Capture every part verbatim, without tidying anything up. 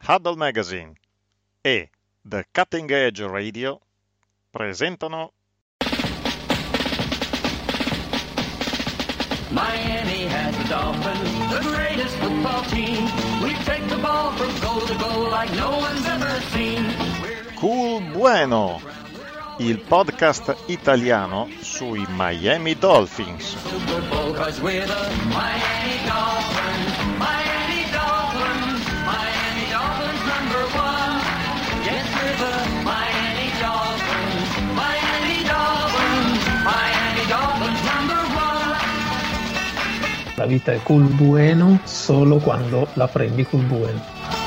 Huddle Magazine e The Cutting Edge Radio presentano Miami has the Dolphins, the greatest football team. We take the ball from goal to goal like no one's ever seen. Cool Bueno, il podcast italiano sui Miami Dolphins. Super Bowl 'cause we're the Miami Dolphins, Miami Dolphins, Miami Dolphins number one. Yes, we're the Miami Dolphins, Miami Dolphins, Miami Dolphins number one. La vita è cool bueno solo quando la prendi cool bueno.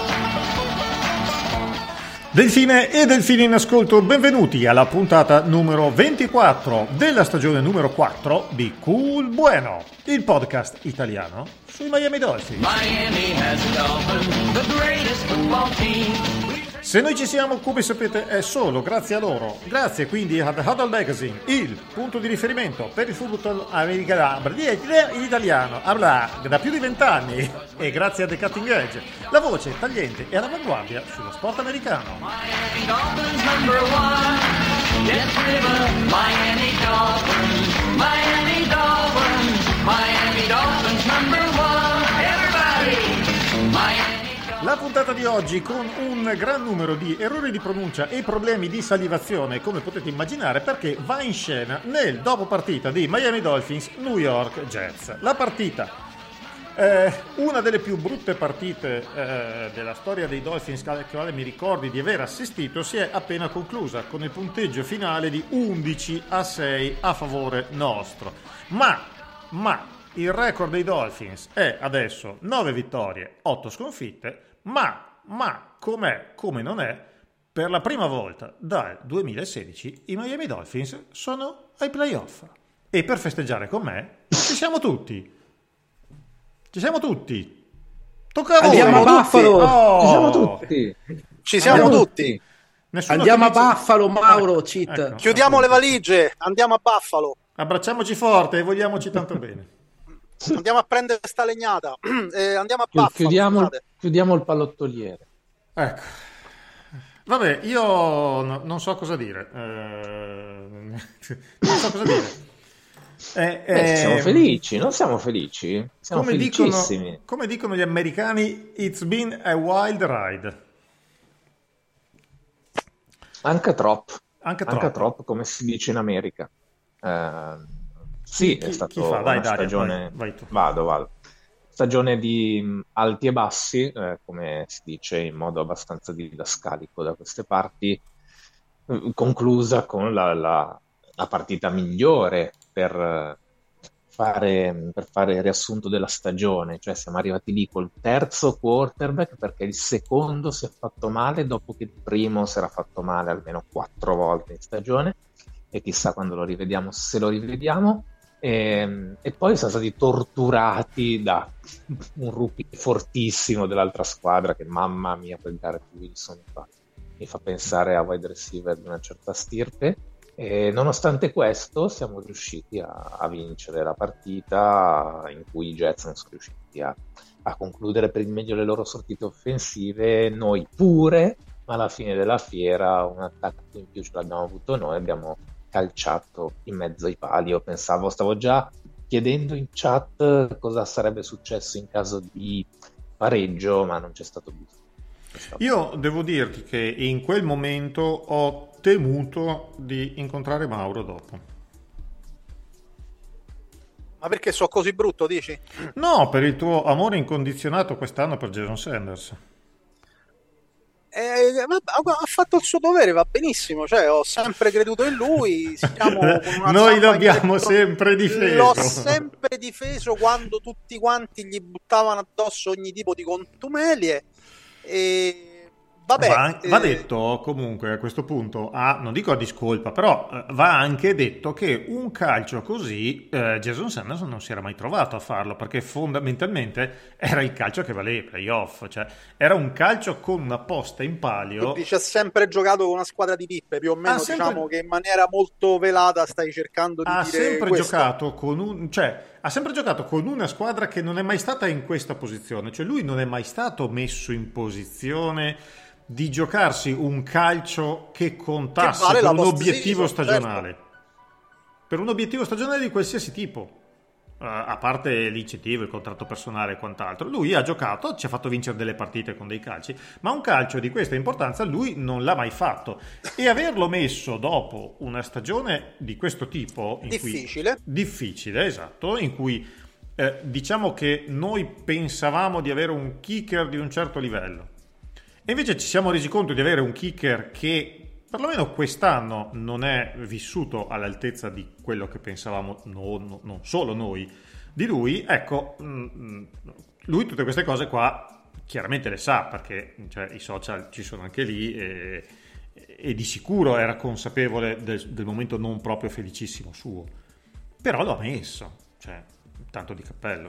Delfine e delfini in ascolto, benvenuti alla puntata numero ventiquattro della stagione numero quattro di Cool Bueno, il podcast italiano sui Miami Dolphins. Miami has the Dolphins, the greatest football team. Se noi ci siamo, come sapete, è solo grazie a loro. Grazie quindi a The Huddle Magazine, il punto di riferimento per il football americano in italiano da più di vent'anni, e grazie a The Cutting Edge, la voce tagliente e all'avanguardia sullo sport americano. Miami Dolphins number one. Yes, we're the Miami Dolphins, Miami Dolphins, Miami Dolphins number one. Everybody, Miami. La puntata di oggi con un gran numero di errori di pronuncia e problemi di salivazione, come potete immaginare, perché va in scena nel dopo partita di Miami Dolphins New York Jets. La partita, eh, una delle più brutte partite eh, della storia dei Dolphins alle quale mi ricordi di aver assistito, si è appena conclusa con il punteggio finale di undici a sei a favore nostro. Ma, ma il record dei Dolphins è adesso nove vittorie, otto sconfitte, ma, ma com'è, come non è, per la prima volta dal duemilasedici i Miami Dolphins sono ai playoff. E per festeggiare con me ci siamo tutti. Ci siamo tutti. Tocca a voi. Andiamo a Buffalo. Oh. Ci siamo tutti. Ci siamo Andiamo tutti. Nessuno Andiamo a che dice- Buffalo, Mauro, Ah, cheat. ecco. Chiudiamo le valigie, andiamo a Buffalo, Abbracciamoci forte e vogliamoci tanto bene. andiamo a prendere sta legnata, eh, andiamo a Chi- Buffalo. Chiudiamo, scusate. chiudiamo il pallottoliere. Ecco. Vabbè, io no- non so cosa dire. Eh, non so cosa dire. Eh, Beh, eh, siamo felici, non siamo felici? Siamo come dicono, felicissimi. come dicono gli americani, it's been a wild ride. Anche troppo. Anche Anche troppo. troppo, come si dice in America. Eh, sì, Chi- è chi stato fa? Dai, una Daria, stagione... vai- vai tu. Vado, vado. Stagione di mh, alti e bassi, eh, come si dice in modo abbastanza didascalico da queste parti, eh, conclusa con la, la- la partita migliore per eh, fare, per fare il riassunto della stagione, cioè siamo arrivati lì col terzo quarterback perché il secondo si è fatto male dopo che il primo si era fatto male almeno quattro volte in stagione, e chissà quando lo rivediamo, se lo rivediamo. E, e poi sono stati torturati da un rookie fortissimo dell'altra squadra che, mamma mia, quel Garrett Wilson fa- mi fa pensare a wide receiver di una certa stirpe. E nonostante questo siamo riusciti a, a vincere la partita in cui i Jets non sono riusciti a, a concludere per il meglio le loro sortite offensive, noi pure, ma alla fine della fiera un attacco in più ce l'abbiamo avuto noi, abbiamo calciato in mezzo ai pali. Io pensavo, stavo già chiedendo in chat cosa sarebbe successo in caso di pareggio, ma non c'è stato bisogno. C'è stato- Io devo dirti che in quel momento ho temuto di incontrare Mauro dopo. Ma perché so così brutto, dici? No, per il tuo amore incondizionato quest'anno per Jason Sanders. Eh, vabbè, ha fatto il suo dovere, va benissimo, cioè ho sempre creduto in lui, siamo con una Noi zampa l'abbiamo dietro. sempre difeso. L'ho sempre difeso quando tutti quanti gli buttavano addosso ogni tipo di contumelie e vabbè, Va, va eh, detto comunque a questo punto, a, non dico a discolpa, però eh, va anche detto che un calcio così eh, Jason Sanders non si era mai trovato a farlo, perché fondamentalmente era il calcio che valeva i playoff, cioè era un calcio con una posta in palio. dice, ha sempre giocato con una squadra di pippe, più o meno, Ha sempre- diciamo che in maniera molto velata stai cercando di Ha dire sempre questo. giocato con un, cioè ha sempre giocato con una squadra che non è mai stata in questa posizione, cioè lui non è mai stato messo in posizione di giocarsi un calcio che contasse Che vale per la un post obiettivo season, stagionale. certo. Per un obiettivo stagionale di qualsiasi tipo. Uh, a parte l'incentivo, il contratto personale e quant'altro, lui ha giocato, ci ha fatto vincere delle partite con dei calci, ma un calcio di questa importanza lui non l'ha mai fatto, e averlo messo dopo una stagione di questo tipo in Difficile. cui, difficile, esatto, in cui eh, diciamo che noi pensavamo di avere un kicker di un certo livello e invece ci siamo resi conto di avere un kicker che perlomeno quest'anno non è vissuto all'altezza di quello che pensavamo, no, no, non solo noi, di lui. Ecco, lui tutte queste cose qua chiaramente le sa, perché cioè, i social ci sono anche lì e, e di sicuro era consapevole del, del momento non proprio felicissimo suo. Però lo ha messo, cioè, tanto di cappello.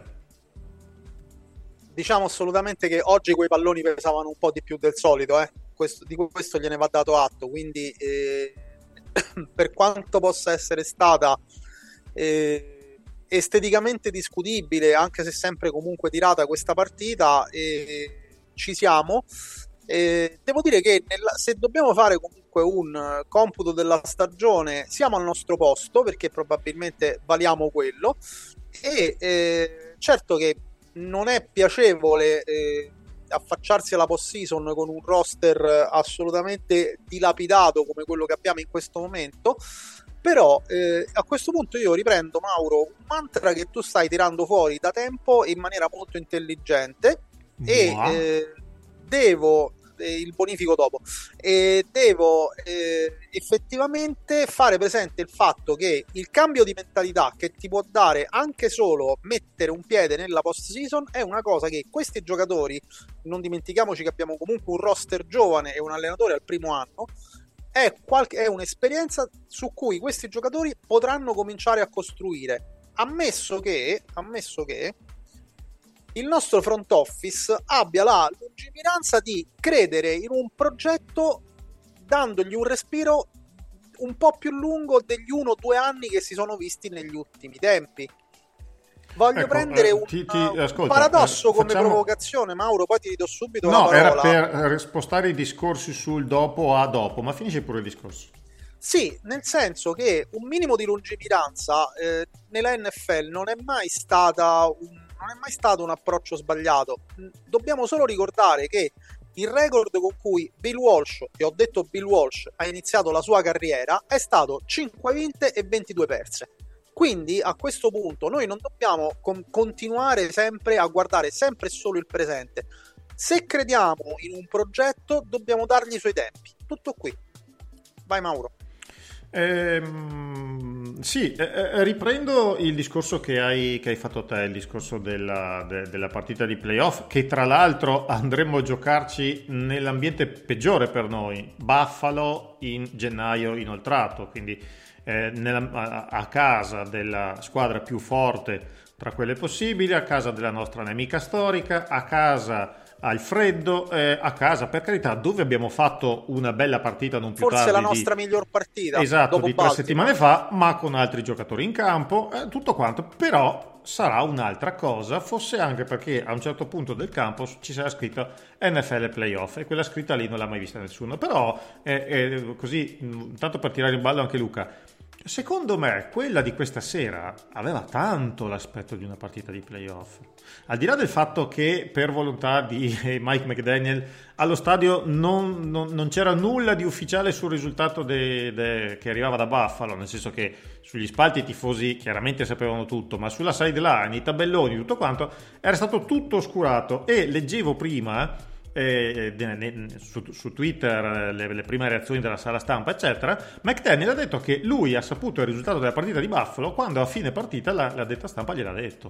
Diciamo assolutamente che oggi quei palloni pesavano un po' di più del solito, eh. Questo, di questo gliene va dato atto, quindi eh, per quanto possa essere stata eh, esteticamente discutibile, anche se sempre comunque tirata questa partita, eh, ci siamo. Eh, devo dire che nella, se dobbiamo fare comunque un computo della stagione siamo al nostro posto, perché probabilmente valiamo quello, e eh, certo che non è piacevole eh, affacciarsi alla post season con un roster assolutamente dilapidato come quello che abbiamo in questo momento, però eh, a questo punto io riprendo, Mauro, un mantra che tu stai tirando fuori da tempo in maniera molto intelligente, e Wow. eh, devo eh, il bonifico dopo e devo eh, effettivamente fare presente il fatto che il cambio di mentalità che ti può dare anche solo mettere un piede nella post season è una cosa che questi giocatori, non dimentichiamoci che abbiamo comunque un roster giovane e un allenatore al primo anno, è, qualche, è un'esperienza su cui questi giocatori potranno cominciare a costruire, ammesso che ammesso che il nostro front office abbia la lungimiranza di credere in un progetto dandogli un respiro un po' più lungo degli uno o due anni che si sono visti negli ultimi tempi. Voglio Ecco, prendere eh, un, ti- ti- un ascolta, paradosso eh, come facciamo- provocazione, Mauro, poi ti do subito la No, era parola. per spostare i discorsi sul dopo a dopo, ma finisci pure il discorso. Sì, nel senso che un minimo di lungimiranza eh, nella N F L non è mai stata un, non è mai stato un approccio sbagliato. Dobbiamo solo ricordare che il record con cui Bill Walsh, e ho detto Bill Walsh, ha iniziato la sua carriera è stato cinque vinte e ventidue perse. Quindi a questo punto noi non dobbiamo con- continuare sempre a guardare sempre e solo il presente. Se crediamo in un progetto dobbiamo dargli i suoi tempi. Tutto qui. Vai Mauro. Ehm, sì, eh, eh, riprendo il discorso che hai, che hai fatto te, il discorso della, de- della partita di playoff, che tra l'altro andremo a giocarci nell'ambiente peggiore per noi, Buffalo in gennaio inoltrato, quindi eh, nella- a, a casa della squadra più forte tra quelle possibili, a casa della nostra nemica storica, a casa al freddo, eh, a casa, per carità, dove abbiamo fatto una bella partita non più Forse tardi la di- nostra miglior partita esatto, dopo di tre Baltimore. settimane fa, ma con altri giocatori in campo, eh, tutto quanto, però sarà un'altra cosa, fosse anche perché a un certo punto del campo ci sarà scritto N F L Playoff e quella scritta lì non l'ha mai vista nessuno, però eh, eh, così, mh, tanto per tirare in ballo anche Luca, secondo me quella di questa sera aveva tanto l'aspetto di una partita di playoff, al di là del fatto che per volontà di Mike McDaniel allo stadio non, non- non c'era nulla di ufficiale sul risultato de- de- che arrivava da Buffalo, nel senso che sugli spalti i tifosi chiaramente sapevano tutto, ma sulla sideline, i tabelloni, tutto quanto era stato tutto oscurato. E leggevo prima eh, ne- ne- su, su Twitter eh, le, le prime reazioni della sala stampa eccetera, McDaniel ha detto che lui ha saputo il risultato della partita di Buffalo quando a fine partita la, la detta stampa gliel'ha detto.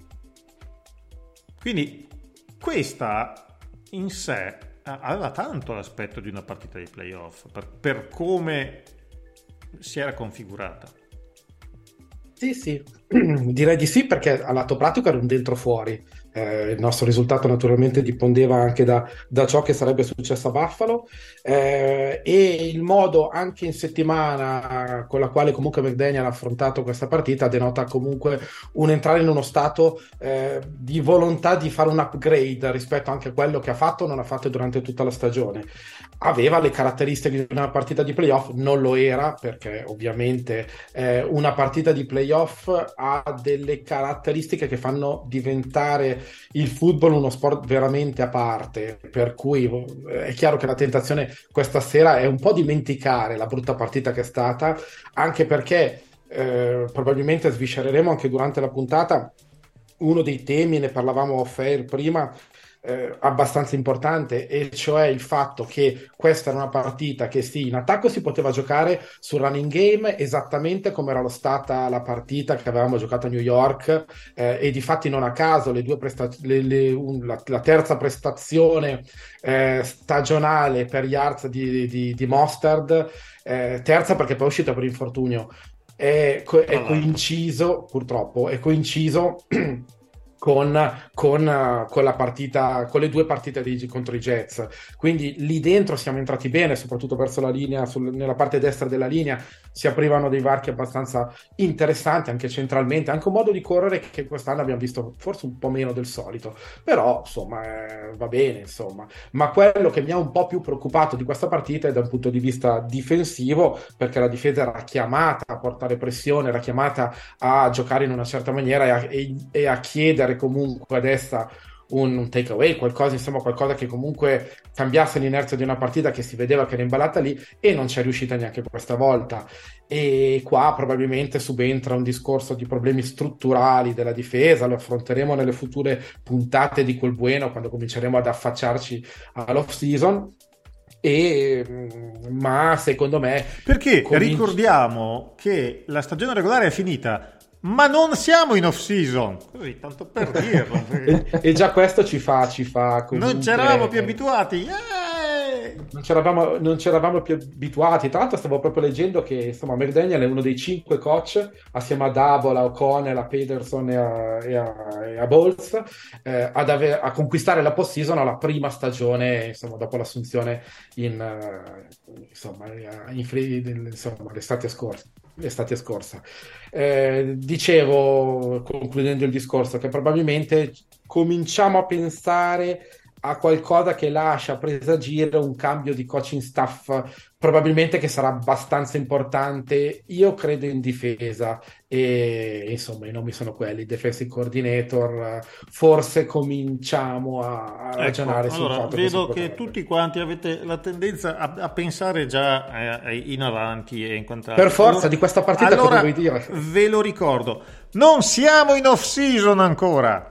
Quindi questa in sé a- aveva tanto l'aspetto di una partita di playoff per, per come si era configurata. Sì, sì, direi di sì, perché al lato pratico era un dentro fuori, Eh, il nostro risultato naturalmente dipendeva anche da, da ciò che sarebbe successo a Buffalo, eh, e il modo anche in settimana con la quale comunque McDaniel ha affrontato questa partita denota comunque un entrare in uno stato eh, di volontà di fare un upgrade rispetto anche a quello che ha fatto o non ha fatto durante tutta la stagione. Aveva le caratteristiche di una partita di playoff, non lo era perché ovviamente eh, una partita di playoff ha delle caratteristiche che fanno diventare il football uno sport veramente a parte, per cui eh, è chiaro che la tentazione questa sera è un po' dimenticare la brutta partita che è stata, anche perché eh, probabilmente sviscereremo anche durante la puntata uno dei temi, ne parlavamo off air prima, eh, abbastanza importante, e cioè il fatto che questa era una partita che sì, in attacco si poteva giocare sul running game esattamente come era stata la partita che avevamo giocato a New York, eh, e difatti non a caso le due presta- le, le, un, la, la terza prestazione eh, stagionale per yards di, di, di Mostard, eh, terza perché poi è uscita per infortunio, è, co- è coinciso, purtroppo, è coinciso con, con, con la partita, con le due partite di, contro i Jets. Quindi lì dentro siamo entrati bene, soprattutto verso la linea, sul, nella parte destra della linea si aprivano dei varchi abbastanza interessanti, anche centralmente, anche un modo di correre che quest'anno abbiamo visto forse un po' meno del solito, però insomma eh, va bene, insomma. Ma quello che mi ha un po' più preoccupato di questa partita è da un punto di vista difensivo, perché la difesa era chiamata a portare pressione, era chiamata a giocare in una certa maniera e a, e, e a chiedere comunque ad essa un, un takeaway, qualcosa, insomma, qualcosa che comunque cambiasse l'inerzia di una partita che si vedeva che era imballata lì, e non c'è riuscita neanche questa volta. E qua probabilmente subentra un discorso di problemi strutturali della difesa, lo affronteremo nelle future puntate di Quel Bueno quando cominceremo ad affacciarci all'off season. E, ma secondo me, perché cominci... ricordiamo che la stagione regolare è finita, ma non siamo in off season, così tanto per dirlo. e, e già questo ci fa, ci fa comunque... non c'eravamo più abituati. Eh! Non c'eravamo, non c'eravamo più abituati. Tra l'altro stavo proprio leggendo che insomma McDaniel è uno dei cinque coach assieme a Double, a O'Connell, a Peterson e a, e a, e a Bowles eh, ad ave- a conquistare la post-season alla prima stagione, insomma, dopo l'assunzione in, uh, insomma, in free, insomma, l'estate scorsa. L'estate scorsa. Eh, dicevo, concludendo il discorso, che probabilmente cominciamo a pensare a qualcosa che lascia presagire un cambio di coaching staff, probabilmente che sarà abbastanza importante. Io credo in difesa e insomma i nomi sono quelli, defensive coordinator, forse cominciamo a, a ecco, ragionare sul allora, fatto vedo che, che tutti quanti avete la tendenza a, a pensare già eh, in avanti e in quant'altro. Per forza, allora, di questa partita allora, cosa vuoi dire? Ve lo ricordo, non siamo in off season ancora,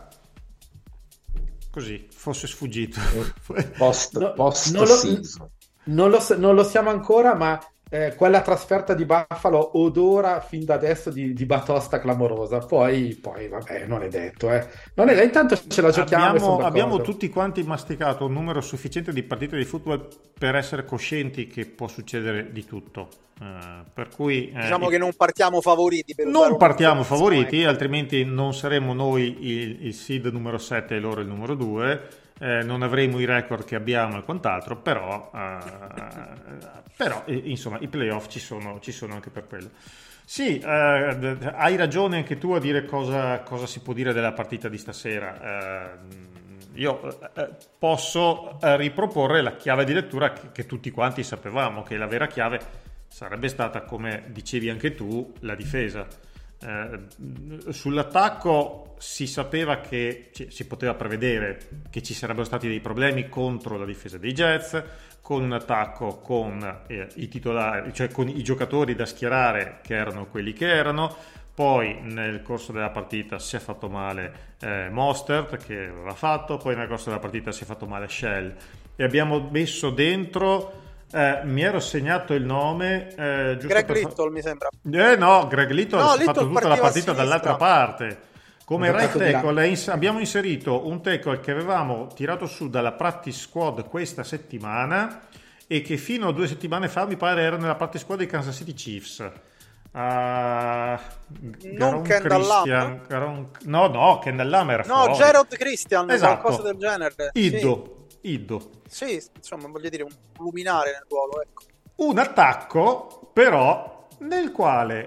così fosse sfuggito. Post, No, post non, lo, season. non, lo, non lo siamo ancora, ma eh, quella trasferta di Buffalo odora fin da adesso di, di batosta clamorosa. Poi, poi, vabbè, non è detto. Eh. Non è, intanto ce la giochiamo. Abbiamo, e abbiamo tutti quanti masticato un numero sufficiente di partite di football per essere coscienti che può succedere di tutto. Uh, per cui eh, Diciamo che non partiamo favoriti. Per usare non una partiamo espressione, favoriti, ecco. Altrimenti non saremmo noi il, il seed numero sette e loro il numero due, eh, non avremo i record che abbiamo e quant'altro, però, uh, però eh, insomma i playoff ci sono, ci sono anche per quello. Sì, eh, hai ragione anche tu a dire cosa, cosa si può dire della partita di stasera. Eh, io eh, posso eh, riproporre la chiave di lettura che, che tutti quanti sapevamo, che la vera chiave sarebbe stata, come dicevi anche tu, la difesa. Eh, sull'attacco si sapeva che ci, si poteva prevedere che ci sarebbero stati dei problemi contro la difesa dei Jets, con un attacco con eh, i titolari, cioè con i giocatori da schierare che erano quelli che erano. Poi nel corso della partita si è fatto male eh, Mostert, che aveva fatto, poi nel corso della partita si è fatto male Shell, e abbiamo messo dentro Eh, mi ero segnato il nome eh, giusto Greg per Little fa... mi sembra. eh no Greg Little No, ha Little fatto tutta la partiva a partita sinistra. dall'altra parte come Ha right giocato di là. tackle. ins- abbiamo inserito un tackle che avevamo tirato su dalla practice squad questa settimana e che fino a due settimane fa mi pare era nella practice squad dei Kansas City Chiefs. Uh, Non Kendall Lamm? Garon... No, no, Kendall Lamm era No, fuori. Gerald Christian, Esatto. qualcosa del genere. Iddo, Iddo. Sì. sì, insomma, voglio dire, un luminare nel ruolo, ecco. Un attacco, però, nel quale,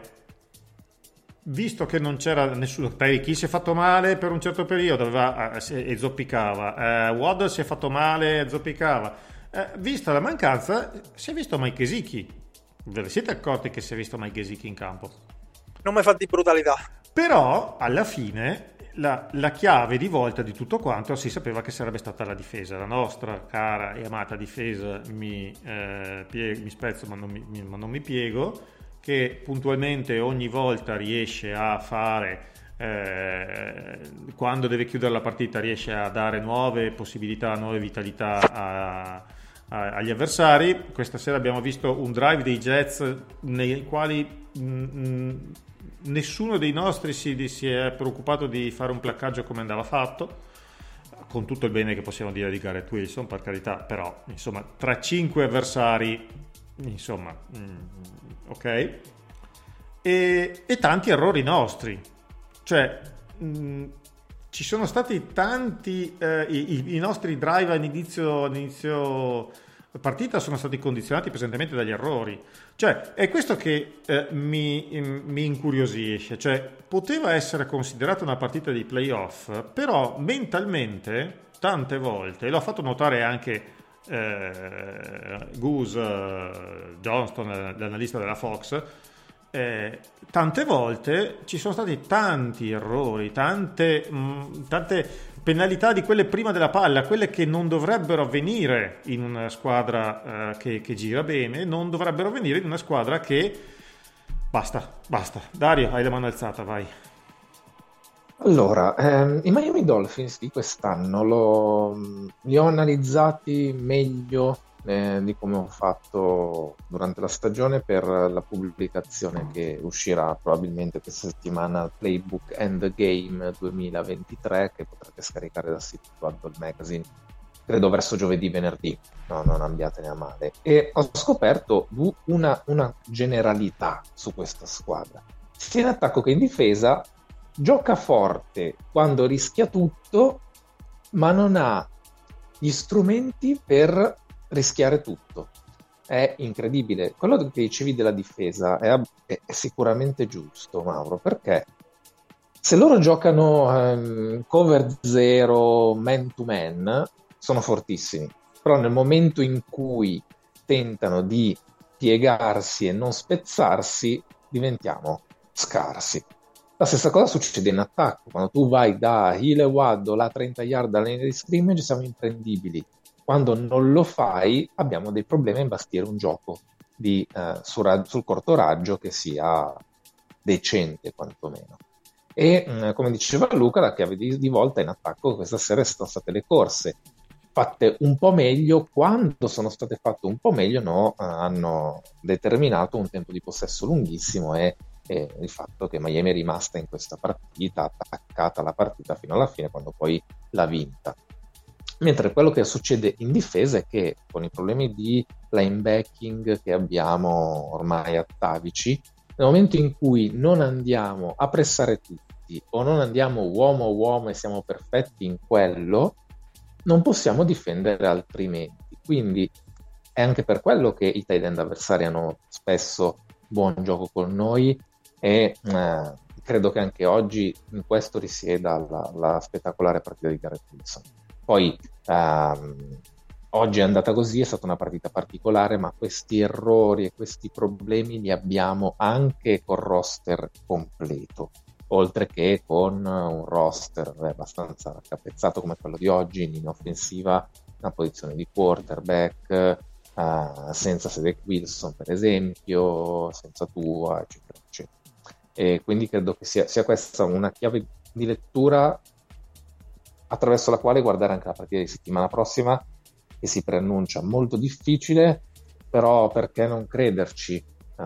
visto che non c'era nessuno, Tyreek si è fatto male per un certo periodo aveva, e zoppicava, eh, Waddle si è fatto male e zoppicava, eh, vista la mancanza, si è visto Mike Gesicki. Ve ne siete accorti che si è visto Mike Gesicki in campo? Non mi fa di brutalità. Però alla fine la, la chiave di volta di tutto quanto si sapeva che sarebbe stata la difesa, la nostra cara e amata difesa, mi, eh, pie- mi spezzo ma non mi, mi- ma non mi piego, che puntualmente ogni volta riesce a fare, eh, quando deve chiudere la partita riesce a dare nuove possibilità, nuove vitalità a agli avversari. Questa sera abbiamo visto un drive dei Jets nei quali mh, nessuno dei nostri si, si è preoccupato di fare un placcaggio come andava fatto, con tutto il bene che possiamo dire di Garrett Wilson, per carità, però insomma tra cinque avversari, insomma, mh, ok, e, e tanti errori nostri, cioè mh, ci sono stati tanti, eh, i, i nostri drive all'inizio, all'inizio partita sono stati condizionati pesantemente dagli errori, cioè è questo che eh, mi, mi incuriosisce, cioè poteva essere considerata una partita di playoff, però mentalmente tante volte, e l'ho fatto notare anche eh, Goose eh, Johnston, l'analista della Fox, Eh, tante volte ci sono stati tanti errori, tante, mh, tante penalità di quelle prima della palla, quelle che non dovrebbero avvenire in una squadra eh, che, che gira bene, non dovrebbero avvenire in una squadra che... Basta, basta. Dario, hai la mano alzata, vai. Allora, ehm, i Miami Dolphins di quest'anno lo- li ho analizzati meglio eh, di come ho fatto durante la stagione per la pubblicazione che uscirà probabilmente questa settimana, Playbook and the Game duemilaventitré, che potrete scaricare dal sito Football Magazine, credo verso giovedì, venerdì, no, non abbiatene a male. E ho scoperto du- una, una generalità su questa squadra, sia in attacco che in difesa. Gioca forte quando rischia tutto, ma non ha gli strumenti per rischiare tutto. È incredibile. Quello che dicevi della difesa è, è- è sicuramente giusto, Mauro, perché se loro giocano ehm, cover zero, man to man, sono fortissimi. Però nel momento in cui tentano di piegarsi e non spezzarsi, diventiamo scarsi. La stessa cosa succede in attacco. Quando tu vai da Hill e Waddle a trenta yard dalla linea di scrimmage, siamo imprendibili. Quando non lo fai, abbiamo dei problemi a imbastire un gioco di, eh, su ra- sul corto raggio che sia decente, quantomeno. E mh, come diceva Luca, la chiave di, di volta in attacco questa sera sono state le corse, fatte un po' meglio. Quando sono state fatte un po' meglio, no, eh, hanno determinato un tempo di possesso lunghissimo e, e il fatto che Miami è rimasta in questa partita, attaccata alla partita fino alla fine, quando poi l'ha vinta. Mentre quello che succede in difesa è che con i problemi di linebacking che abbiamo ormai atavici, nel momento in cui non andiamo a pressare tutti o non andiamo uomo a uomo e siamo perfetti in quello, non possiamo difendere altrimenti. Quindi è anche per quello che i tight end avversari hanno spesso buon gioco con noi e eh, credo che anche oggi in questo risieda la, la spettacolare partita di Garrett Wilson. Poi ehm, oggi è andata così, è stata una partita particolare, ma questi errori e questi problemi li abbiamo anche col roster completo, oltre che con un roster abbastanza raccapezzato come quello di oggi, in linea offensiva, una posizione di quarterback, eh, senza Cedric Wilson per esempio, senza Tua, eccetera, eccetera. E quindi credo che sia, sia questa una chiave di lettura attraverso la quale guardare anche la partita di settimana prossima, che si preannuncia molto difficile, però perché non crederci? Uh,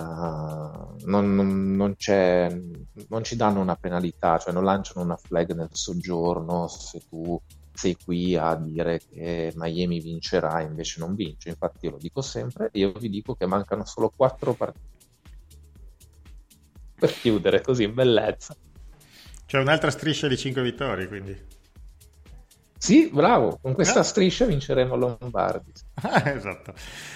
non, non, non c'è, non ci danno una penalità, cioè non lanciano una flag nel soggiorno se tu sei qui a dire che Miami vincerà e invece non vince. Infatti io lo dico sempre, io vi dico che mancano solo quattro partite per chiudere così in bellezza. C'è un'altra striscia di cinque vittorie, quindi. Sì, bravo, con questa Eh? striscia vinceremo Lombardi. Ah, esatto.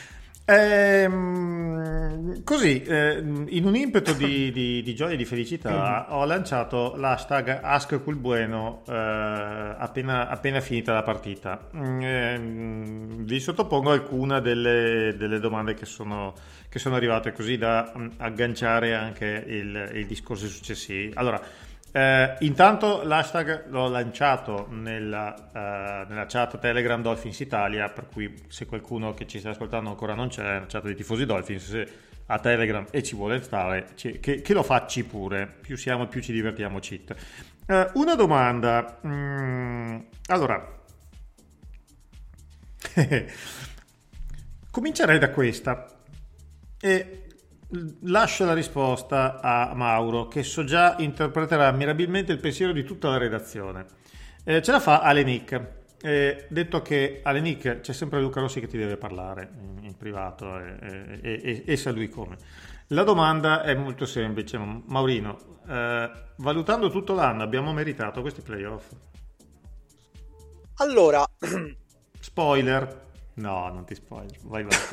Ehm, così, eh, in un impeto di, di- di gioia e di felicità, ho lanciato l'hashtag Ask Cool Bueno eh, appena, appena finita la partita. Mm, ehm, vi sottopongo alcune delle, delle domande che sono, che sono arrivate, così da mm, agganciare anche il, i discorsi successivi. Allora, eh, intanto l'hashtag l'ho lanciato nella, eh, nella chat Telegram Dolphins Italia, per cui se qualcuno che ci sta ascoltando ancora non c'è, la chat dei tifosi Dolphins, se a Telegram e ci vuole stare, ci- che, che lo facci pure, più siamo più ci divertiamo, cheat. Eh, una domanda, mm, allora, comincerei da questa e lascio la risposta a Mauro, che so già interpreterà mirabilmente il pensiero di tutta la redazione. Eh, ce la fa Alenic. Eh, detto che Alenic, c'è sempre Luca Rossi che ti deve parlare in, in privato e, e, e, e sa lui come. La domanda è molto semplice, Maurino. Eh, valutando tutto l'anno, abbiamo meritato questi playoff? Allora, Spoiler? No, non ti spoiler. Vai, vai.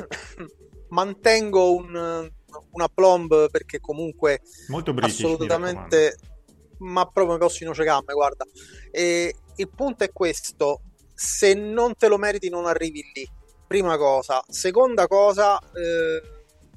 mantengo un, una plomb perché comunque Molto british, mi assolutamente, ma proprio mi posso nocecamme, guarda. E il punto è questo: se non te lo meriti non arrivi lì, prima cosa. Seconda cosa, eh,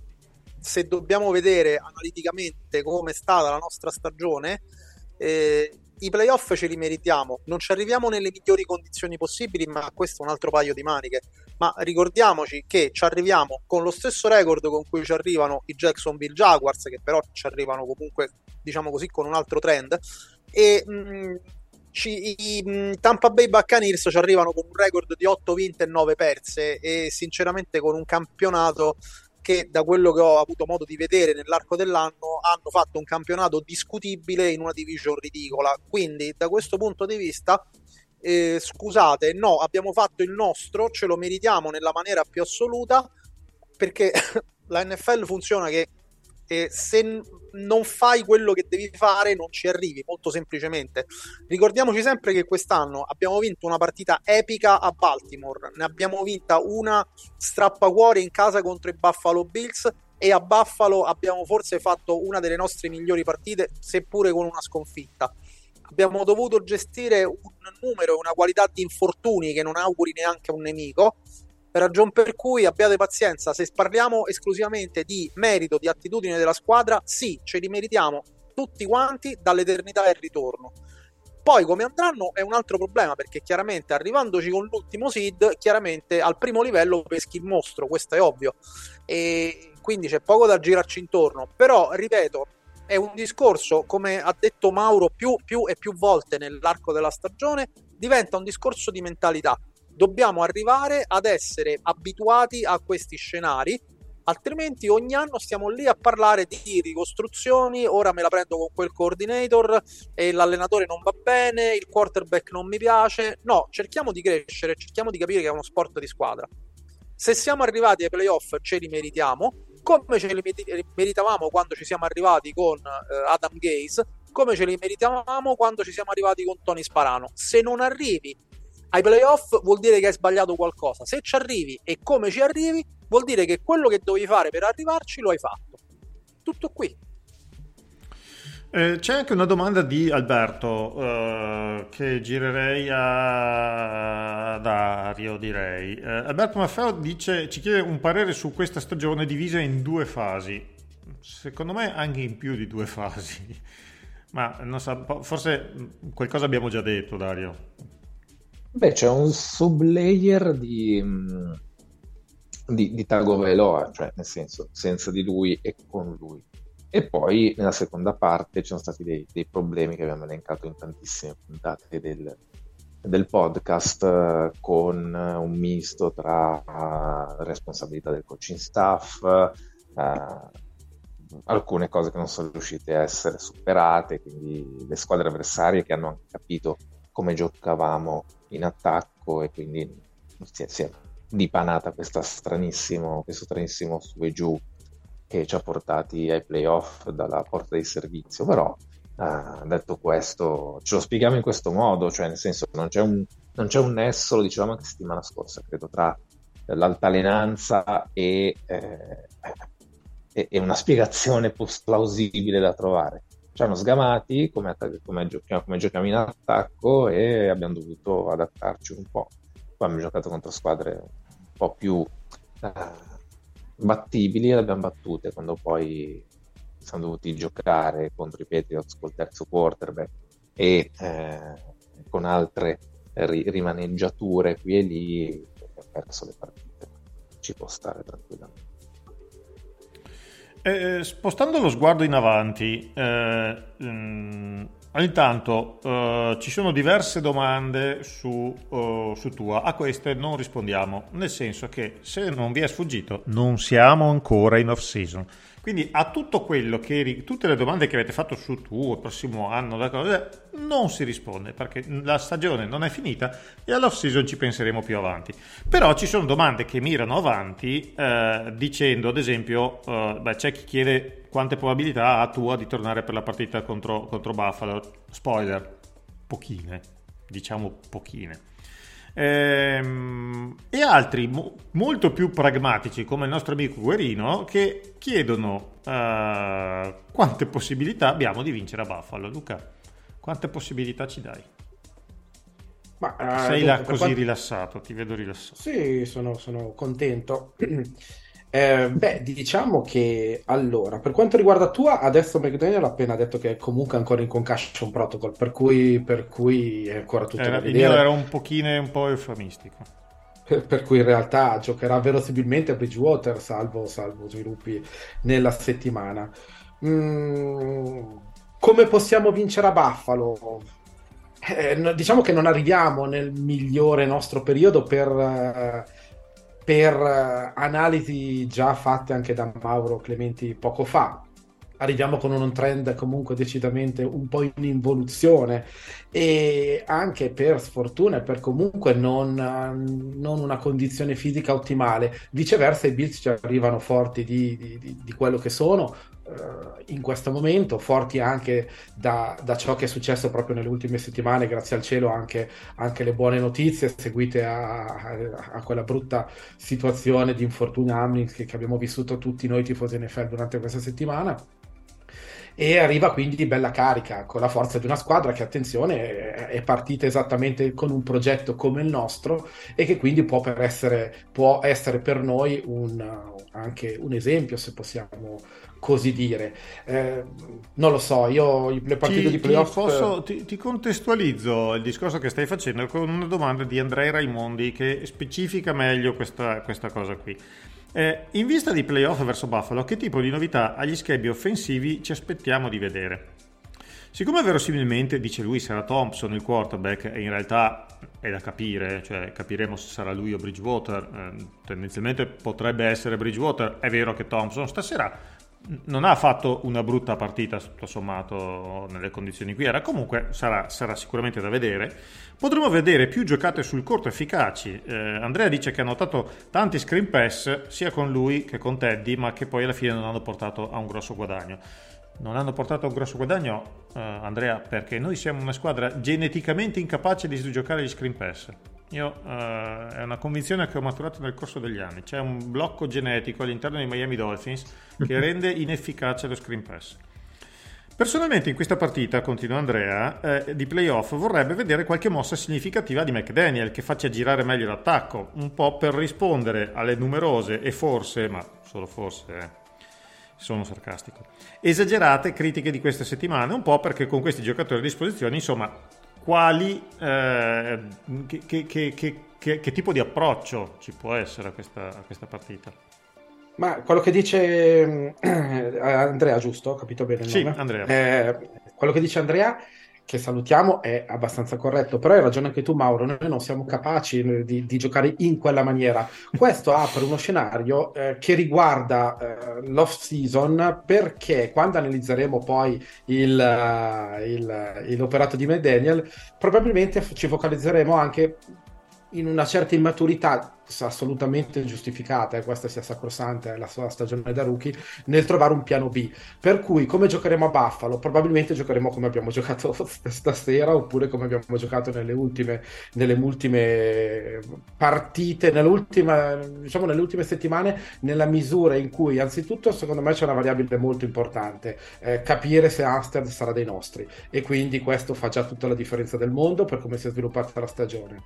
se dobbiamo vedere analiticamente come è stata la nostra stagione, eh, i playoff ce li meritiamo, non ci arriviamo nelle migliori condizioni possibili, ma questo è un altro paio di maniche. Ma ricordiamoci che ci arriviamo con lo stesso record con cui ci arrivano i Jacksonville Jaguars, che però ci arrivano comunque, diciamo così, con un altro trend, e mh, ci, i mh, Tampa Bay Buccaneers ci arrivano con un record di otto vinte e nove perse, e sinceramente con un campionato che, da quello che ho avuto modo di vedere nell'arco dell'anno, hanno fatto un campionato discutibile in una division ridicola. Quindi da questo punto di vista, eh, scusate, no, abbiamo fatto il nostro, ce lo meritiamo nella maniera più assoluta, perché la N F L funziona che eh, se n- non fai quello che devi fare non ci arrivi, molto semplicemente. Ricordiamoci sempre che quest'anno abbiamo vinto una partita epica a Baltimore, ne abbiamo vinta una strappacuore in casa contro i Buffalo Bills, e a Buffalo abbiamo forse fatto una delle nostre migliori partite, seppure con una sconfitta. Abbiamo dovuto gestire un numero e una qualità di infortuni che non auguri neanche a un nemico, ragion per cui abbiate pazienza. Se parliamo esclusivamente di merito, di attitudine della squadra, sì, ce li meritiamo tutti quanti dall'eternità e il ritorno. Poi come andranno è un altro problema, perché chiaramente arrivandoci con l'ultimo seed, chiaramente al primo livello peschi il mostro, questo è ovvio, e quindi c'è poco da girarci intorno. Però ripeto, è un discorso, come ha detto Mauro più, più e più volte nell'arco della stagione, diventa un discorso di mentalità. Dobbiamo arrivare ad essere abituati a questi scenari, altrimenti ogni anno stiamo lì a parlare di ricostruzioni. Ora me la prendo con quel coordinator e l'allenatore non va bene, il quarterback non mi piace. No, cerchiamo di crescere, cerchiamo di capire che è uno sport di squadra. Se siamo arrivati ai playoff ce li meritiamo, come ce li meritavamo quando ci siamo arrivati con eh, Adam Gase, come ce li meritavamo quando ci siamo arrivati con Tony Sparano. Se non arrivi ai playoff vuol dire che hai sbagliato qualcosa. Se ci arrivi e come ci arrivi vuol dire che quello che dovevi fare per arrivarci lo hai fatto. Tutto qui. Eh, c'è anche una domanda di Alberto eh, che girerei a Dario, direi. Eh, Alberto Maffeo dice, ci chiede un parere su questa stagione divisa in due fasi. Secondo me anche in più di due fasi. Ma non so, forse qualcosa abbiamo già detto, Dario. Beh, c'è un sublayer di, mh, di, di Tagovailoa, cioè nel senso senza di lui e con lui. E poi nella seconda parte ci sono stati dei, dei problemi che abbiamo elencato in tantissime puntate del, del podcast, eh, con un misto tra eh, responsabilità del coaching staff, eh, alcune cose che non sono riuscite a essere superate, quindi le squadre avversarie che hanno anche capito come giocavamo in attacco, e quindi si è, si è dipanata questa stranissimo, questo stranissimo su e giù che ci ha portati ai playoff dalla porta di servizio. Però eh, detto questo, ce lo spieghiamo in questo modo, cioè nel senso non c'è un, non c'è un nesso, lo dicevamo anche settimana scorsa, credo, tra l'altalenanza e, eh, e, e una spiegazione post- plausibile da trovare. Ci hanno sgamati come, atta- come, giochiamo, come giochiamo in attacco e abbiamo dovuto adattarci un po'. Poi abbiamo giocato contro squadre un po' più eh, battibili e le abbiamo battute, quando poi siamo dovuti giocare contro i Patriots col terzo quarterback e eh, con altre ri- rimaneggiature qui e lì, abbiamo perso le partite. Ci può stare tranquillamente. Eh, spostando lo sguardo in avanti, eh, mm, intanto eh, ci sono diverse domande su, eh, su Tua. A queste non rispondiamo, nel senso che, se non vi è sfuggito, non siamo ancora in off season. Quindi a tutto quello che ri- tutte le domande che avete fatto su Tua, il prossimo anno, da cosa, non si risponde, perché la stagione non è finita e all'off season ci penseremo più avanti. Però ci sono domande che mirano avanti, eh, dicendo, ad esempio, eh, beh, c'è chi chiede quante probabilità ha Tua di tornare per la partita contro, contro Buffalo. Spoiler, pochine, diciamo pochine. Ehm, e altri mo- molto più pragmatici, come il nostro amico Guerino, che chiedono eh, quante possibilità abbiamo di vincere a Buffalo. Luca, quante possibilità ci dai? Ma, eh, Sei dunque, là per così quanto- rilassato, ti vedo rilassato. Sì, sono, sono contento. Eh, beh, diciamo che allora, per quanto riguarda Tua, adesso McDaniel ha appena detto che è comunque ancora in concussion protocol, per cui, per cui è ancora tutto Era- da il mio vedere. era un pochino un po' eufemistico. Per, per cui in realtà giocherà verosimilmente a Bridgewater, salvo, salvo sviluppi nella settimana. Mm, come possiamo vincere a Buffalo? Eh, no- diciamo che non arriviamo nel migliore nostro periodo per, eh, per eh, analisi già fatte anche da Mauro Clementi poco fa. Arriviamo con un trend comunque decisamente un po' in involuzione e anche per sfortuna e per comunque non, eh, non una condizione fisica ottimale. Viceversa, i Bills ci arrivano forti di, di- di- di quello che sono eh, in questo momento, forti anche da, da ciò che è successo proprio nelle ultime settimane, grazie al cielo anche, anche le buone notizie seguite a, a- a quella brutta situazione di infortunio Hamlin che, che abbiamo vissuto tutti noi tifosi N F L durante questa settimana. E arriva quindi bella carica con la forza di una squadra che, attenzione, è è partita esattamente con un progetto come il nostro e che quindi può, per essere, può essere per noi un, anche un esempio, se possiamo così dire. Eh, non lo so, io le partite Ti, di ti playoff... posso- ti- ti contestualizzo il discorso che stai facendo con una domanda di Andrea Raimondi che specifica meglio questa, questa cosa qui. Eh, in vista dei playoff verso Buffalo, che tipo di novità agli schemi offensivi ci aspettiamo di vedere? Siccome verosimilmente, dice lui, sarà Thompson il quarterback, e in realtà è da capire, cioè capiremo se sarà lui o Bridgewater, eh, tendenzialmente potrebbe essere Bridgewater. È vero che Thompson stasera non ha fatto una brutta partita, tutto sommato, nelle condizioni qui era, comunque sarà, sarà sicuramente da vedere. Potremo vedere più giocate sul corto efficaci. eh, Andrea dice che ha notato tanti screen pass sia con lui che con Teddy, ma che poi alla fine non hanno portato a un grosso guadagno. Non hanno portato a un grosso guadagno, eh, Andrea, perché noi siamo una squadra geneticamente incapace di giocare gli screen pass. Io, eh, è una convinzione che ho maturato nel corso degli anni. C'è un blocco genetico all'interno dei Miami Dolphins che rende inefficace lo screen pass. Personalmente in questa partita, continua Andrea, eh, di playoff vorrebbe vedere qualche mossa significativa di McDaniel che faccia girare meglio l'attacco, un po' per rispondere alle numerose e forse, ma solo forse, eh, sono sarcastico, esagerate critiche di queste settimane, un po' perché con questi giocatori a disposizione, insomma, quali eh, che, che, che, che, che tipo di approccio ci può essere a questa, a questa partita? Ma quello che dice eh, Andrea, giusto? Ho capito bene il Sì, nome? Andrea. Eh, quello che dice Andrea, che salutiamo, è abbastanza corretto, però hai ragione anche tu, Mauro, noi non siamo capaci di, di giocare in quella maniera. Questo apre uno scenario eh, che riguarda eh, l'off season, perché quando analizzeremo poi il, uh, il, l'operato di McDaniel, probabilmente ci focalizzeremo anche in una certa immaturità assolutamente giustificata, e questa sia sacrosanta, è la sua stagione da rookie, nel trovare un piano B. Per cui, come giocheremo a Buffalo? Probabilmente giocheremo come abbiamo giocato stasera, oppure come abbiamo giocato nelle ultime, nelle ultime partite, nell'ultima, diciamo nelle ultime settimane, nella misura in cui, anzitutto, secondo me c'è una variabile molto importante, eh, capire se Armstead sarà dei nostri, e quindi questo fa già tutta la differenza del mondo per come si è sviluppata la stagione.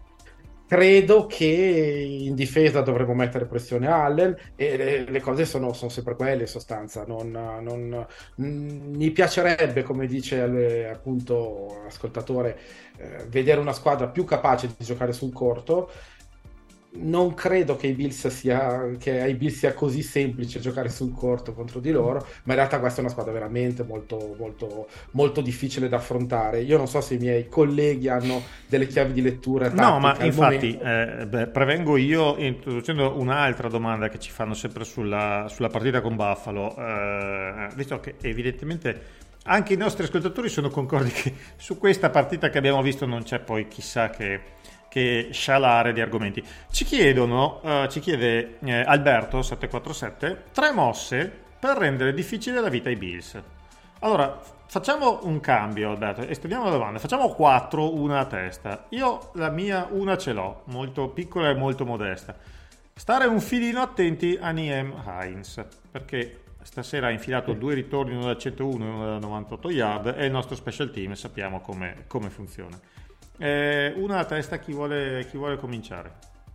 Credo che in difesa dovremmo mettere pressione a Allen, e le, le cose sono, sono sempre quelle in sostanza. Non, non, mh, mi piacerebbe, come dice eh, appunto l'ascoltatore, eh, vedere una squadra più capace di giocare sul corto. Non credo che, i Bills sia, che ai Bills sia così semplice giocare sul corto contro di loro, ma in realtà questa è una squadra veramente molto, molto, molto difficile da affrontare. Io non so se i miei colleghi hanno delle chiavi di lettura tattica. No, ma infatti eh, beh, prevengo io introducendo un'altra domanda che ci fanno sempre sulla, sulla partita con Buffalo, eh, visto che evidentemente anche i nostri ascoltatori sono concordi che su questa partita che abbiamo visto non c'è poi chissà che che scialare di argomenti. Ci chiedono, uh, ci chiede eh, Alberto sette quattro sette, tre mosse per rendere difficile la vita ai Bills. Allora, facciamo un cambio, Alberto, estendiamo la domanda, facciamo quattro, una a testa. Io la mia una ce l'ho, molto piccola e molto modesta. Stare un filino attenti a Nyheim Hines, perché stasera ha infilato due ritorni, uno da centouno e uno da novantotto yard, e il nostro special team sappiamo come, come funziona. Eh, una a testa, chi vuole, chi vuole cominciare?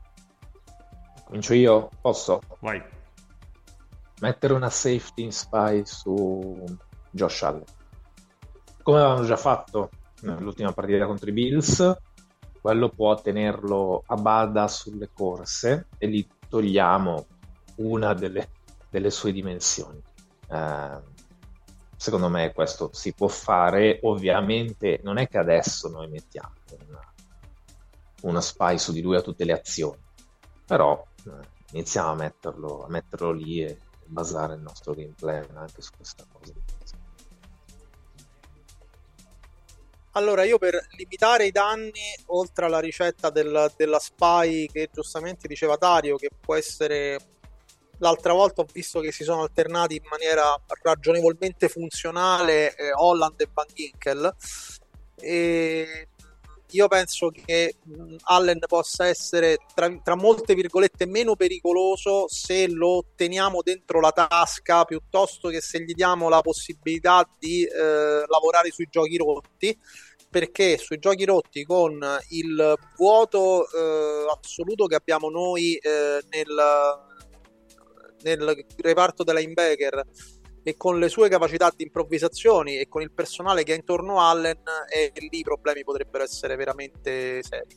Comincio io? Posso? Vai. Mettere una safety in spy su Josh Allen. Come avevamo già fatto nell'ultima partita contro i Bills, quello può tenerlo a bada sulle corse e gli togliamo una delle, delle sue dimensioni. Eh, secondo me questo si può fare. Ovviamente non è che adesso noi mettiamo una, una spy su di lui a tutte le azioni, però eh, iniziamo a metterlo, a metterlo lì e basare il nostro game plan anche su questa cosa. Allora, io per limitare i danni, oltre alla ricetta del, della spy che giustamente diceva Dario, che può essere... L'altra volta ho visto che si sono alternati in maniera ragionevolmente funzionale eh, Holland e Van Ginkel, e io penso che mh, Allen possa essere tra, tra molte virgolette meno pericoloso se lo teniamo dentro la tasca, piuttosto che se gli diamo la possibilità di eh, lavorare sui giochi rotti, perché sui giochi rotti, con il vuoto eh, assoluto che abbiamo noi eh, nel nel reparto della linebacker, e con le sue capacità di improvvisazioni e con il personale che è intorno a Allen, e lì i problemi potrebbero essere veramente seri.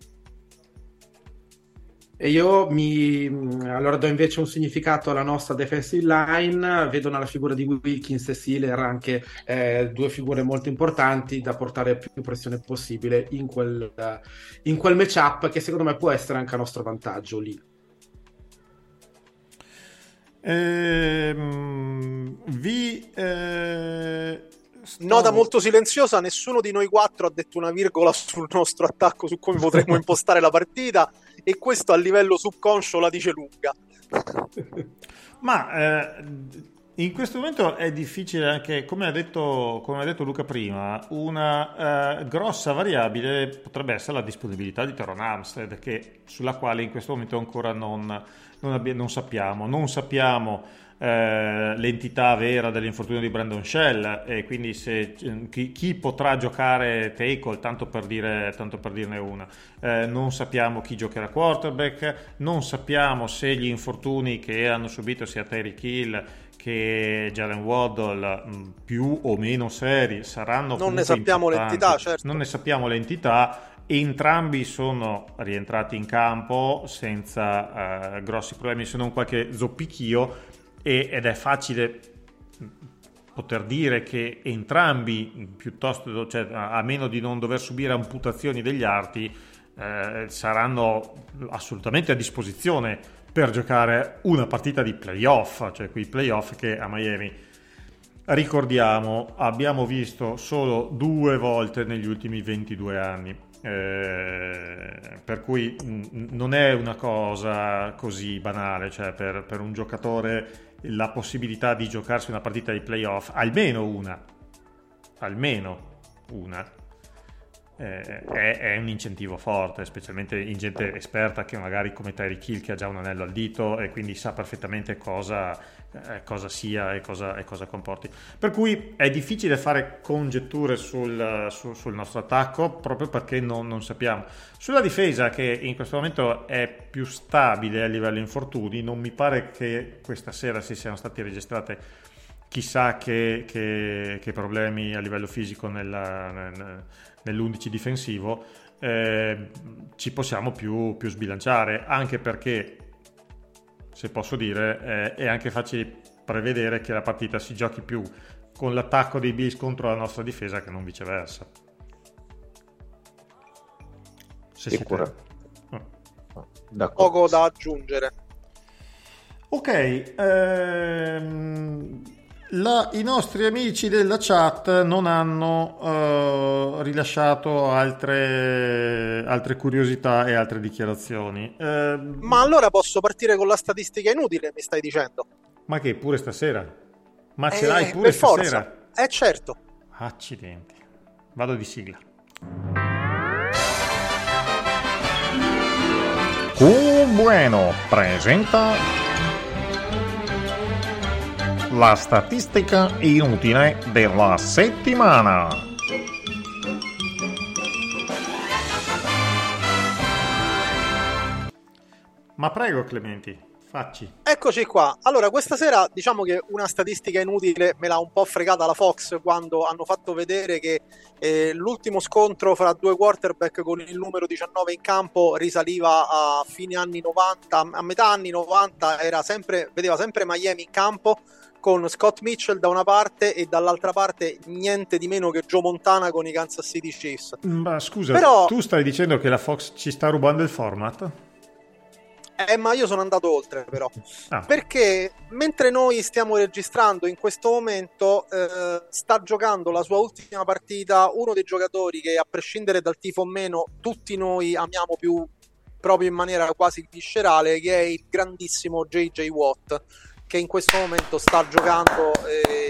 E io mi allora do invece un significato alla nostra defensive line. Vedo nella figura di Wilkins e Sealer anche eh, due figure molto importanti da portare più pressione possibile in quel, in quel matchup, che secondo me può essere anche a nostro vantaggio lì. Ehm, vi eh, stavo... Nota molto silenziosa: nessuno di noi quattro ha detto una virgola sul nostro attacco, su come potremmo impostare la partita, e questo a livello subconscio la dice lunga. Ma eh, in questo momento è difficile anche, come ha detto, come ha detto Luca prima, una eh, grossa variabile potrebbe essere la disponibilità di Teron Armstead, che, sulla quale in questo momento ancora non, non, abbia, non sappiamo. Non sappiamo eh, l'entità vera dell'infortunio di Brandon Shell, e quindi se, chi, chi potrà giocare tackle, tanto per, dire, tanto per dirne una. Eh, non sappiamo chi giocherà quarterback, non sappiamo se gli infortuni che hanno subito sia Tyreek Hill che Jalen Waddle, mh, più o meno seri, saranno non ne sappiamo importanti. l'entità, certo. Non ne sappiamo l'entità. Entrambi sono rientrati in campo senza uh, grossi problemi, se non qualche zoppichio, e, ed è facile poter dire che entrambi, piuttosto, cioè, a meno di non dover subire amputazioni degli arti, eh, saranno assolutamente a disposizione per giocare una partita di playoff, cioè quei playoff che a Miami, ricordiamo, abbiamo visto solo due volte negli ultimi ventidue anni. Eh, per cui mh, non è una cosa così banale, cioè per, per un giocatore la possibilità di giocarsi una partita di playoff, almeno una, almeno una, eh, è, è un incentivo forte, specialmente in gente esperta che magari come Tyreek Hill, che ha già un anello al dito e quindi sa perfettamente cosa, eh, cosa sia e cosa, e cosa comporti. Per cui è difficile fare congetture sul, su, sul nostro attacco, proprio perché non, non sappiamo. Sulla difesa, che in questo momento è più stabile a livello infortuni, non mi pare che questa sera si siano stati registrate chissà che, che, che problemi a livello fisico nella, nel, nell'undici difensivo. Eh, ci possiamo più, più sbilanciare, anche perché, se posso dire, eh, è anche facile prevedere che la partita si giochi più con l'attacco dei Bills contro la nostra difesa che non viceversa. Se Sicuro. siete... oh. Poco da aggiungere. Ok, ehm, la, i nostri amici della chat non hanno eh, rilasciato altre, altre curiosità e altre dichiarazioni. Eh, Ma allora posso partire con la statistica inutile, mi stai dicendo? ma che pure stasera? Ma ce Eh, l'hai pure per stasera? forza. Eh certo. Accidenti. Vado di sigla. Cool Bueno presenta la statistica inutile della settimana. Ma prego Clementi, facci. Eccoci qua. Allora, questa sera diciamo che una statistica inutile me l'ha un po' fregata la Fox quando hanno fatto vedere che eh, l'ultimo scontro fra due quarterback con il numero diciannove in campo risaliva a fine anni novanta, a metà anni novanta, era sempre, vedeva sempre Miami in campo con Scott Mitchell da una parte e dall'altra parte niente di meno che Joe Montana con i Kansas City Chiefs. Ma scusa, Però- tu stai dicendo che la Fox ci sta rubando il format? Eh, ma io sono andato oltre però, Ah. perché mentre noi stiamo registrando in questo momento eh, sta giocando la sua ultima partita uno dei giocatori che, a prescindere dal tifo o meno, tutti noi amiamo più proprio in maniera quasi viscerale, che è il grandissimo J J Watt, che in questo momento sta giocando e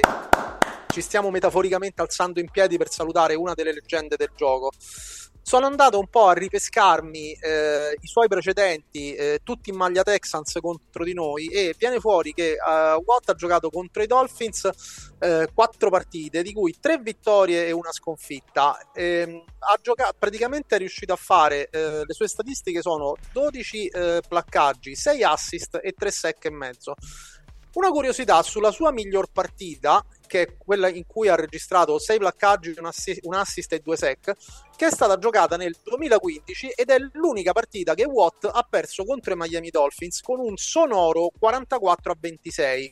ci stiamo metaforicamente alzando in piedi per salutare una delle leggende del gioco. Sono andato un po' a ripescarmi eh, i suoi precedenti, eh, tutti in maglia Texans contro di noi, e viene fuori che eh, Watt ha giocato contro i Dolphins eh, quattro partite, di cui tre vittorie e una sconfitta. Ehm, ha giocato, praticamente è riuscito a fare, eh, le sue statistiche sono dodici eh, placcaggi, sei assist e tre sack e mezzo. Una curiosità sulla sua miglior partita, che è quella in cui ha registrato sei placcaggi, un assist, un assist e due sack, che è stata giocata nel duemilaquindici ed è l'unica partita che Watt ha perso contro i Miami Dolphins con un sonoro quarantaquattro a ventisei.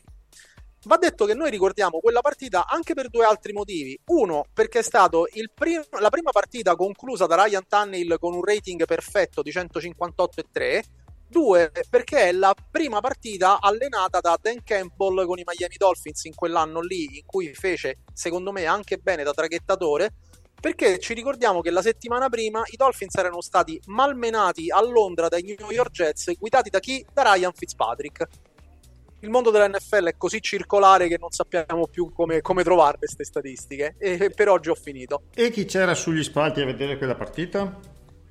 Va detto che noi ricordiamo quella partita anche per due altri motivi. Uno, perché è stato il prim- la prima partita conclusa da Ryan Tannehill con un rating perfetto di centocinquantotto e tre. Due, perché è la prima partita allenata da Dan Campbell con i Miami Dolphins in quell'anno lì, in cui fece, secondo me, anche bene da traghettatore, perché ci ricordiamo che la settimana prima i Dolphins erano stati malmenati a Londra dai New York Jets, guidati da chi? Da Ryan Fitzpatrick. Il mondo dell'N F L è così circolare che non sappiamo più come, come trovare queste statistiche, e per oggi ho finito. E chi c'era sugli spalti a vedere quella partita?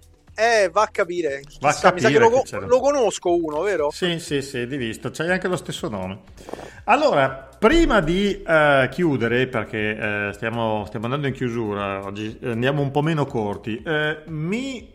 Eh, va a capire. Va a Chissà, mi sa che capire lo, chi c'era. lo conosco uno, vero? Sì, sì, sì, di visto, c'hai anche lo stesso nome. Allora, prima di eh, chiudere, perché eh, stiamo, stiamo andando in chiusura oggi, eh, andiamo un po' meno corti, eh, mi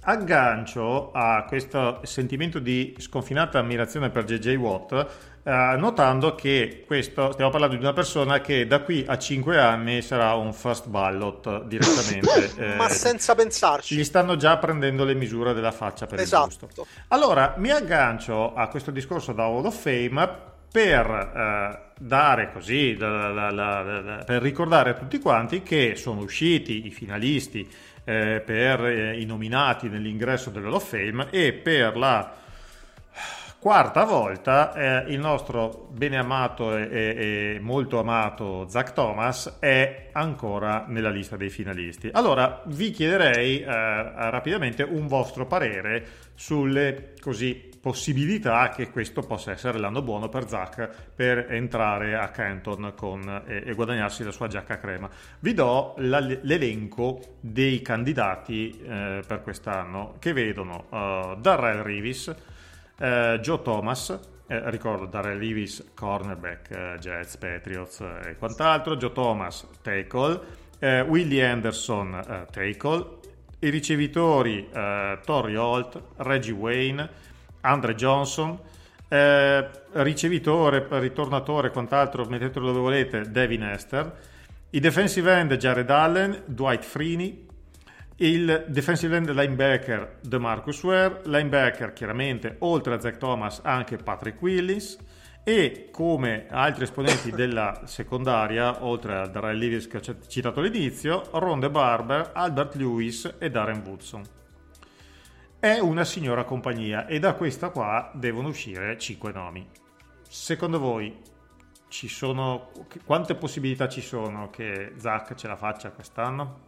aggancio a questo sentimento di sconfinata ammirazione per J J Watt, eh, notando che questo, stiamo parlando di una persona che da qui a cinque anni sarà un first ballot direttamente. eh, Ma senza pensarci. Gli stanno già prendendo le misure della faccia per Esatto. il gusto. Allora, mi aggancio a questo discorso da Hall of Fame per eh, dare così, la, la, la, la, per ricordare a tutti quanti che sono usciti i finalisti eh, per eh, i nominati nell'ingresso dell'Hall of Fame, e per la quarta volta eh, il nostro bene amato e, e- e molto amato Zach Thomas è ancora nella lista dei finalisti. Allora vi chiederei eh, rapidamente un vostro parere sulle così possibilità che questo possa essere l'anno buono per Zach per entrare a Canton con, e, e guadagnarsi la sua giacca crema. Vi do la- l'elenco dei candidati eh, per quest'anno, che vedono uh, Darrell Reeves, uh, Joe Thomas, eh, ricordo Darrell Reeves cornerback, uh, Jets, Patriots uh, e quant'altro, Joe Thomas tackle, uh, Willie Anderson uh, tackle, i ricevitori uh, Torrey Holt, Reggie Wayne, Andre Johnson, eh, ricevitore, ritornatore, quant'altro, mettetelo dove volete, Devin Hester, i defensive end Jared Allen, Dwight Freeney, il defensive end linebacker DeMarcus Ware, linebacker chiaramente oltre a Zach Thomas anche Patrick Willis, e come altri esponenti della secondaria oltre a Darrell Reeves che ho citato all'inizio, Ronde Barber, Albert Lewis e Darren Woodson. È una signora compagnia e da questa qua devono uscire cinque nomi. Secondo voi ci sono, quante possibilità ci sono che Zach ce la faccia quest'anno?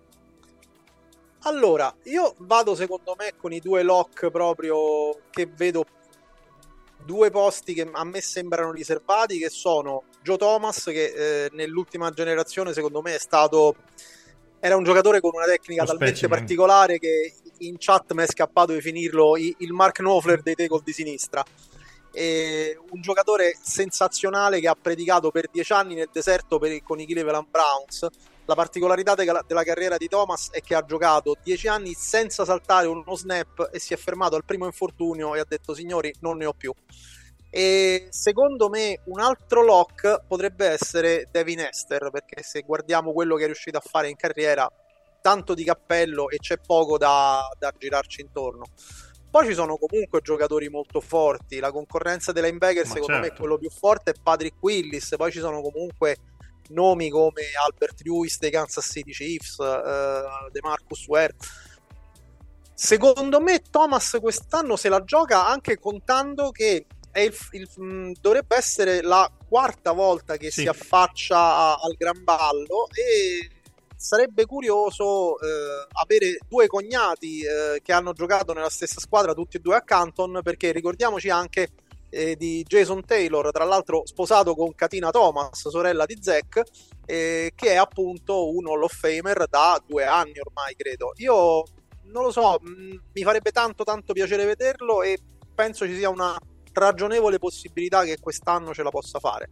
Allora, io vado secondo me con i due lock proprio che vedo, due posti che a me sembrano riservati, che sono Joe Thomas, che eh, nell'ultima generazione secondo me è stato era un giocatore con una tecnica Lo talmente specimen. particolare che in chat mi è scappato di finirlo i- il Mark Knopfler dei tackle di sinistra. E un giocatore sensazionale che ha predicato per dieci anni nel deserto per, con i Cleveland Browns. La particolarità de- della carriera di Thomas è che ha giocato dieci anni senza saltare uno snap e si è fermato al primo infortunio e ha detto: signori, non ne ho più. E secondo me un altro lock potrebbe essere Devin Hester, perché se guardiamo quello che è riuscito a fare in carriera, tanto di cappello e c'è poco da, da girarci intorno. Poi ci sono comunque giocatori molto forti, la concorrenza dei linebacker Ma secondo me certo. quello più forte è Patrick Willis, poi ci sono comunque nomi come Albert Lewis dei Kansas City Chiefs, eh, DeMarcus Ware. Secondo me Thomas quest'anno se la gioca, anche contando che è il, il, mh, dovrebbe essere la quarta volta che Sì. si affaccia a- al gran ballo, e sarebbe curioso eh, avere due cognati eh, che hanno giocato nella stessa squadra, tutti e due a Canton, perché ricordiamoci anche eh, di Jason Taylor, tra l'altro sposato con Katina Thomas, sorella di Zach, eh, che è appunto un Hall of Famer da due anni ormai, credo. Io non lo so, mh, mi farebbe tanto tanto piacere vederlo e penso ci sia una ragionevole possibilità che quest'anno ce la possa fare.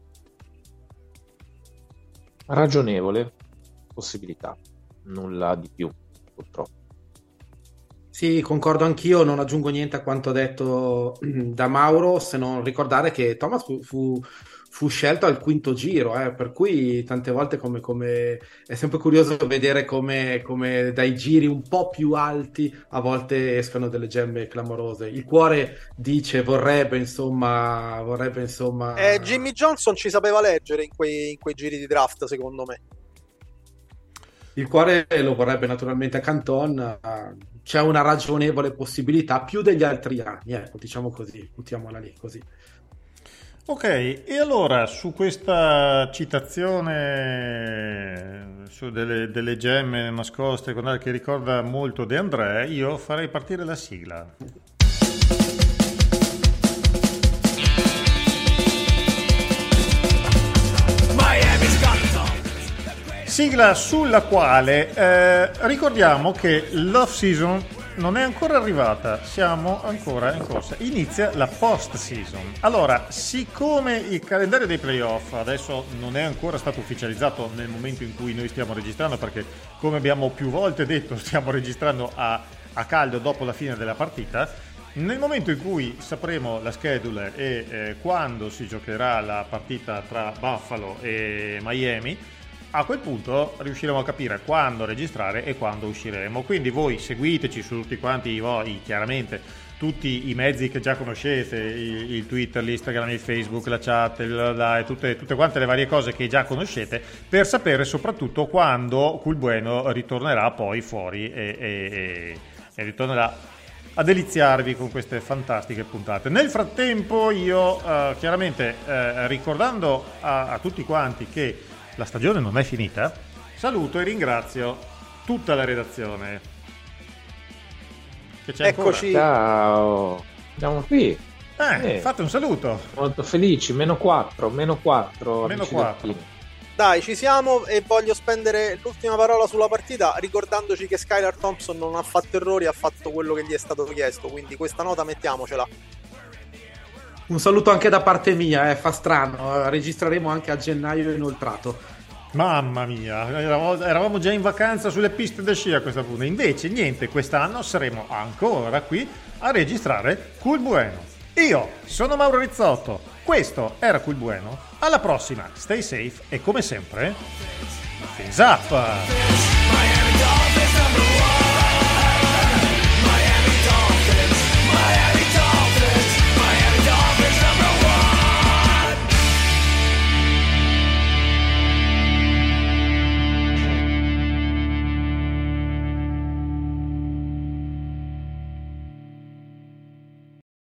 Ragionevole possibilità, nulla di più, purtroppo. Sì, concordo anch'io, non aggiungo niente a quanto detto da Mauro, se non ricordare che Thomas fu, fu- fu scelto al quinto giro, eh, per cui tante volte come, come- è sempre curioso vedere come, come dai giri un po' più alti a volte escono delle gemme clamorose. Il cuore dice vorrebbe, insomma, vorrebbe, insomma... Eh, Jimmy Johnson ci sapeva leggere in quei, in quei giri di draft, secondo me. Il cuore lo vorrebbe naturalmente a Canton, eh, c'è una ragionevole possibilità più degli altri anni, ecco, diciamo così, buttiamola lì così. Ok, e allora su questa citazione su delle, delle gemme nascoste quella che ricorda molto De André, io farei partire la sigla. Sigla sulla quale eh, ricordiamo che l'off season non è ancora arrivata, siamo ancora in corsa, inizia la post season. Allora, siccome il calendario dei playoff adesso non è ancora stato ufficializzato nel momento in cui noi stiamo registrando, perché come abbiamo più volte detto stiamo registrando a, a caldo dopo la fine della partita, nel momento in cui sapremo la schedule e eh, quando si giocherà la partita tra Buffalo e Miami, a quel punto riusciremo a capire quando registrare e quando usciremo. Quindi voi seguiteci su tutti quanti i voi, chiaramente tutti i mezzi che già conoscete, il, il Twitter, l'Instagram, il Facebook, la chat, il, la, tutte, tutte quante le varie cose che già conoscete, per sapere soprattutto quando Cool Bueno ritornerà poi fuori e, e, e, e ritornerà a deliziarvi con queste fantastiche puntate. Nel frattempo io eh, chiaramente eh, ricordando a, a tutti quanti che la stagione non è finita, saluto e ringrazio tutta la redazione. Che c'è Eccoci. Ciao, siamo qui. Eh, Eh. fate un saluto. Molto felici, meno quattro, meno quattro. Meno amici quattro. delfini. Dai, ci siamo e voglio spendere l'ultima parola sulla partita ricordandoci che Skylar Thompson non ha fatto errori, ha fatto quello che gli è stato chiesto, quindi questa nota mettiamocela. Un saluto anche da parte mia, eh, fa strano, eh, registreremo anche a gennaio inoltrato. Mamma mia, eravamo, eravamo già in vacanza sulle piste da sci a questa punta. Invece niente, quest'anno saremo ancora qui a registrare Cool Bueno. Io sono Mauro Rizzotto, questo era Cool Bueno. Alla prossima, stay safe e come sempre, fins up! Miami Dolphins number one.